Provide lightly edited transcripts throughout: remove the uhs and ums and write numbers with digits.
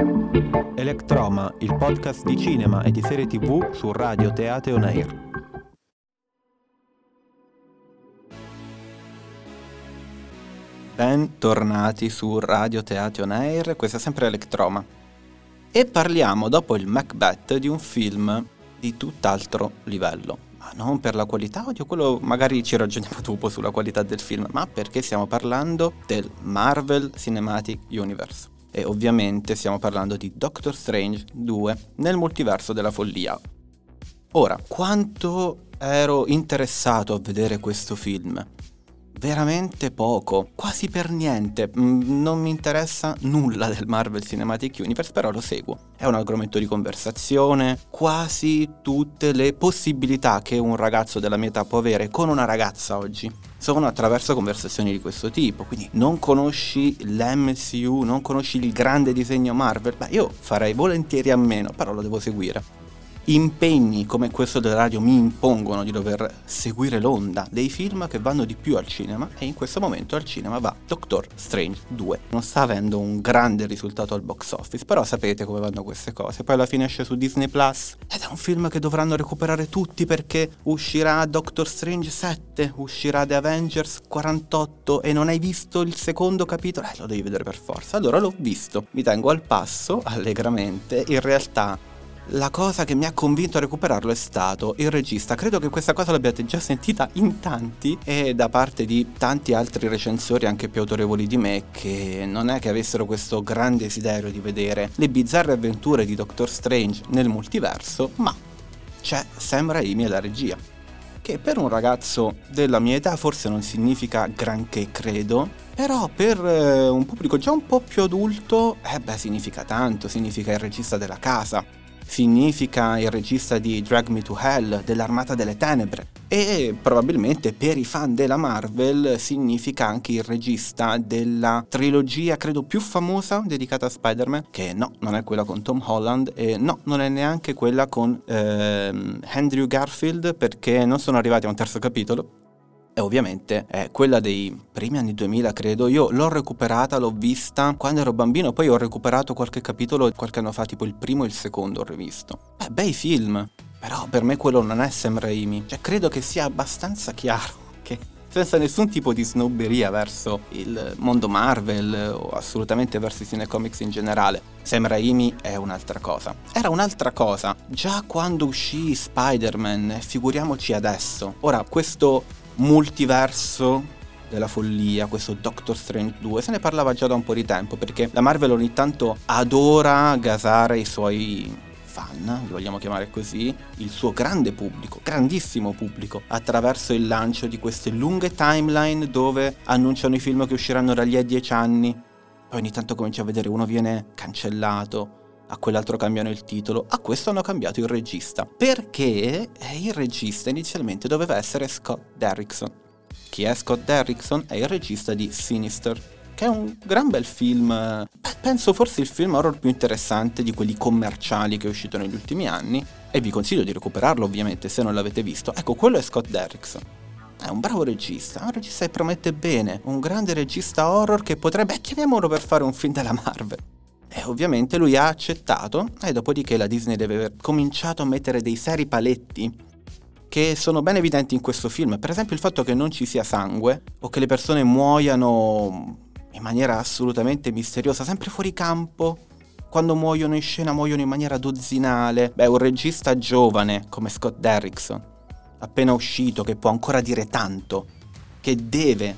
Electroma, il podcast di cinema e di serie TV su Radio Teate On Air. Bentornati su Radio Teate On Air, questa è sempre Electroma. E parliamo, dopo il Macbeth, di un film di tutt'altro livello. Ma non per la qualità, oddio, quello magari ci ragioniamo dopo sulla qualità del film, ma perché stiamo parlando del Marvel Cinematic Universe. E ovviamente stiamo parlando di Doctor Strange 2 nel multiverso della follia. Ora, quanto ero interessato a vedere questo film? Veramente poco, quasi per niente. Non mi interessa nulla del Marvel Cinematic Universe, però lo seguo. È un argomento di conversazione. Quasi tutte le possibilità che un ragazzo della mia età può avere con una ragazza oggi sono attraverso conversazioni di questo tipo. Quindi non conosci l'MCU, non conosci il grande disegno Marvel? Beh, io farei volentieri a meno, però lo devo seguire. Impegni come questo della radio mi impongono di dover seguire l'onda dei film che vanno di più al cinema, e in questo momento al cinema va Doctor Strange 2. Non sta avendo un grande risultato al box office, però sapete come vanno queste cose. Poi alla fine esce su Disney Plus ed è un film che dovranno recuperare tutti, perché uscirà Doctor Strange 7, uscirà The Avengers 48 e non hai visto il secondo capitolo? Lo devi vedere per forza. Allora l'ho visto, mi tengo al passo allegramente. In realtà la cosa che mi ha convinto a recuperarlo è stato il regista. Credo che questa cosa l'abbiate già sentita in tanti e da parte di tanti altri recensori anche più autorevoli di me, che non è che avessero questo grande desiderio di vedere le bizzarre avventure di Doctor Strange nel multiverso, ma c'è Sam Raimi alla regia, che per un ragazzo della mia età forse non significa granché, credo, però per un pubblico già un po' più adulto, significa tanto. Significa il regista della Casa, significa il regista di Drag Me to Hell, dell'Armata delle Tenebre, e probabilmente per i fan della Marvel significa anche il regista della trilogia credo più famosa dedicata a Spider-Man, che no, non è quella con Tom Holland, e no, non è neanche quella con Andrew Garfield, perché non sono arrivati a un terzo capitolo. E ovviamente è quella dei primi anni 2000, credo. Io l'ho recuperata, l'ho vista quando ero bambino, poi ho recuperato qualche capitolo qualche anno fa, tipo il primo e il secondo ho rivisto. Bei film, però per me quello non è Sam Raimi. Cioè, credo che sia abbastanza chiaro che, senza nessun tipo di snobberia verso il mondo Marvel o assolutamente verso i cinecomics in generale, Sam Raimi è un'altra cosa. Era un'altra cosa già quando uscì Spider-Man, figuriamoci adesso. Ora, questo multiverso della follia, questo Doctor Strange 2, se ne parlava già da un po' di tempo, perché la Marvel ogni tanto adora gasare i suoi fan, li vogliamo chiamare così, il suo grande pubblico, grandissimo pubblico, attraverso il lancio di queste lunghe timeline dove annunciano i film che usciranno da lì a 10 anni, poi ogni tanto cominci a vedere uno viene cancellato, a quell'altro cambiano il titolo, a questo hanno cambiato il regista, perché il regista inizialmente doveva essere Scott Derrickson. Chi è Scott Derrickson? È il regista di Sinister, che è un gran bel film, penso forse il film horror più interessante di quelli commerciali che è uscito negli ultimi anni, e vi consiglio di recuperarlo ovviamente se non l'avete visto. Ecco, quello è Scott Derrickson. È un bravo regista, un regista che promette bene, un grande regista horror che potrebbe, chiamiamolo, per fare un film della Marvel. E ovviamente lui ha accettato, e dopodiché la Disney deve aver cominciato a mettere dei seri paletti che sono ben evidenti in questo film. Per esempio il fatto che non ci sia sangue, o che le persone muoiano in maniera assolutamente misteriosa, sempre fuori campo. Quando muoiono in scena muoiono in maniera dozzinale. Un regista giovane come Scott Derrickson, appena uscito, che può ancora dire tanto, che deve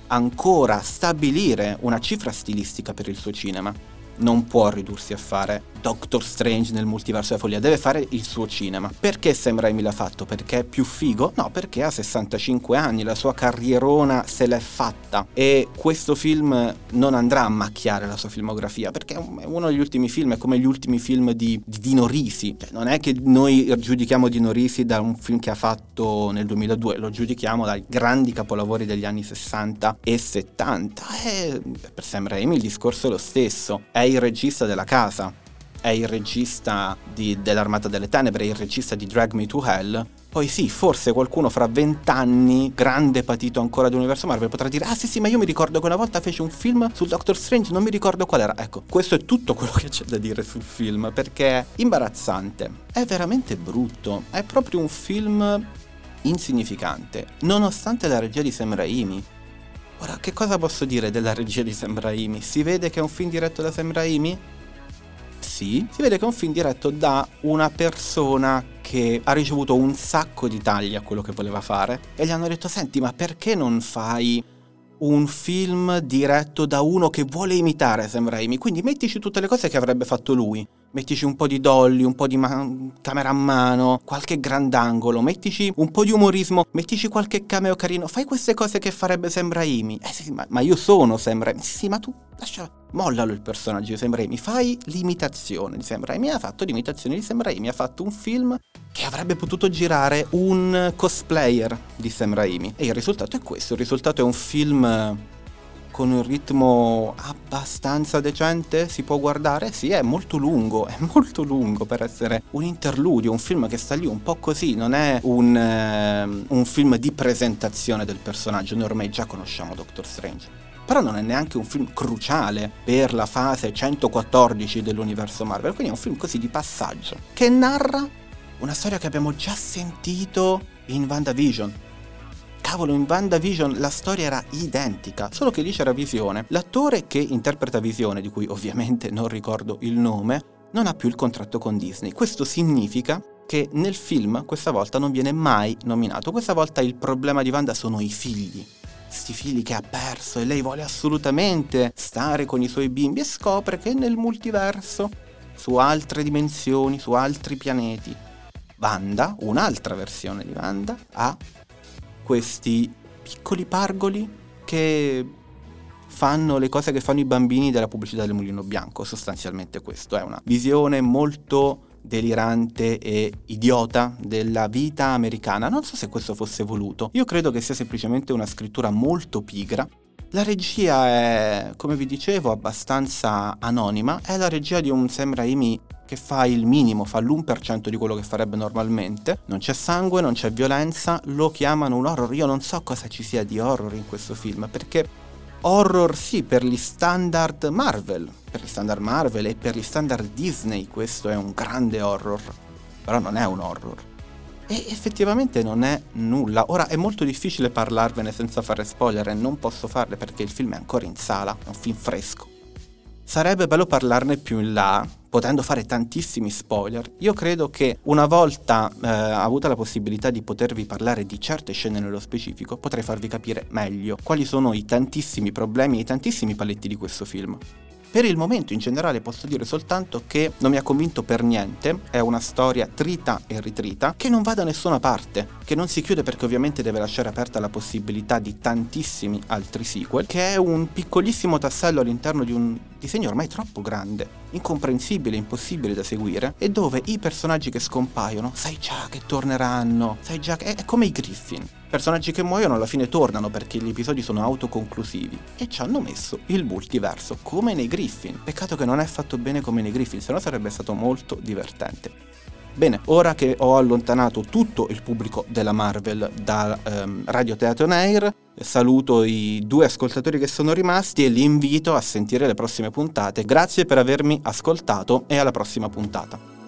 ancora stabilire una cifra stilistica per il suo cinema, non può ridursi a fare Doctor Strange nel multiverso della follia, deve fare il suo cinema. Perché Sam Raimi l'ha fatto? Perché è più figo? No, perché ha 65 anni, la sua carrierona se l'è fatta, e questo film non andrà a macchiare la sua filmografia, perché è uno degli ultimi film, è come gli ultimi film di Dino Risi. Cioè, non è che noi giudichiamo Dino Risi da un film che ha fatto nel 2002, lo giudichiamo dai grandi capolavori degli anni 60 e 70, e per Sam Raimi il discorso è lo stesso. È il regista della Casa, è il regista dell'Armata delle Tenebre, è il regista di Drag Me to Hell, Poi sì, forse qualcuno fra 20 anni, grande patito ancora dell'universo Marvel, potrà dire ah sì, ma io mi ricordo che una volta fece un film sul Doctor Strange, non mi ricordo qual era. Ecco, questo è tutto quello che c'è da dire sul film, perché è imbarazzante, è veramente brutto, è proprio un film insignificante, nonostante la regia di Sam Raimi. Ora, che cosa posso dire della regia di Sam Raimi? Si vede che è un film diretto da Sam Raimi? Sì, si vede che è un film diretto da una persona che ha ricevuto un sacco di tagli a quello che voleva fare e gli hanno detto senti, ma perché non fai un film diretto da uno che vuole imitare Sam Raimi? Quindi mettici tutte le cose che avrebbe fatto lui, mettici un po' di dolly, un po' di camera a mano, qualche grandangolo, mettici un po' di umorismo, mettici qualche cameo carino, fai queste cose che farebbe Sam Raimi. Sì, ma io sono Sam Raimi. Sì, ma tu mollalo il personaggio di Sam Raimi, fai l'imitazione di Sam Raimi. Ha fatto l'imitazione di Sam Raimi, ha fatto un film che avrebbe potuto girare un cosplayer di Sam Raimi. E il risultato è questo, il risultato è un film con un ritmo abbastanza decente, si può guardare? Sì, è molto lungo per essere un interludio, un film che sta lì un po' così, non è un film di presentazione del personaggio, noi ormai già conosciamo Doctor Strange. Però non è neanche un film cruciale per la fase 114 dell'universo Marvel, quindi è un film così di passaggio, che narra una storia che abbiamo già sentito in WandaVision. Cavolo, in WandaVision la storia era identica, solo che lì c'era Visione. L'attore che interpreta Visione, di cui ovviamente non ricordo il nome, non ha più il contratto con Disney. Questo significa che nel film questa volta non viene mai nominato. Questa volta il problema di Wanda sono i figli. Sti figli che ha perso e lei vuole assolutamente stare con i suoi bimbi e scopre che nel multiverso, su altre dimensioni, su altri pianeti, Wanda, un'altra versione di Wanda, ha questi piccoli pargoli che fanno le cose che fanno i bambini della pubblicità del Mulino Bianco. Sostanzialmente questo è una visione molto delirante e idiota della vita americana. Non so se questo fosse voluto, io credo che sia semplicemente una scrittura molto pigra. La regia è, come vi dicevo, abbastanza anonima, è la regia di un Sam Raimi che fa il minimo, fa l'1% di quello che farebbe normalmente. Non c'è sangue, non c'è violenza, lo chiamano un horror. Io non so cosa ci sia di horror in questo film, perché horror sì, per gli standard Marvel e per gli standard Disney questo è un grande horror, però non è un horror. E effettivamente non è nulla. Ora è molto difficile parlarvene senza fare spoiler e non posso farle perché il film è ancora in sala, è un film fresco. Sarebbe bello parlarne più in là, potendo fare tantissimi spoiler. Io credo che una volta avuta la possibilità di potervi parlare di certe scene nello specifico, potrei farvi capire meglio quali sono i tantissimi problemi e i tantissimi paletti di questo film. Per il momento in generale posso dire soltanto che non mi ha convinto per niente, è una storia trita e ritrita, che non va da nessuna parte, che non si chiude perché ovviamente deve lasciare aperta la possibilità di tantissimi altri sequel, che è un piccolissimo tassello all'interno di un disegno ormai troppo grande, incomprensibile, impossibile da seguire, e dove i personaggi che scompaiono, sai già che torneranno, sai già che è come i Griffin. Personaggi che muoiono alla fine tornano perché gli episodi sono autoconclusivi e ci hanno messo il multiverso come nei Griffin. Peccato che non è fatto bene come nei Griffin, se no sarebbe stato molto divertente. Bene, ora che ho allontanato tutto il pubblico della Marvel da Radio Teatro On Air, saluto i 2 ascoltatori che sono rimasti e li invito a sentire le prossime puntate. Grazie per avermi ascoltato e alla prossima puntata.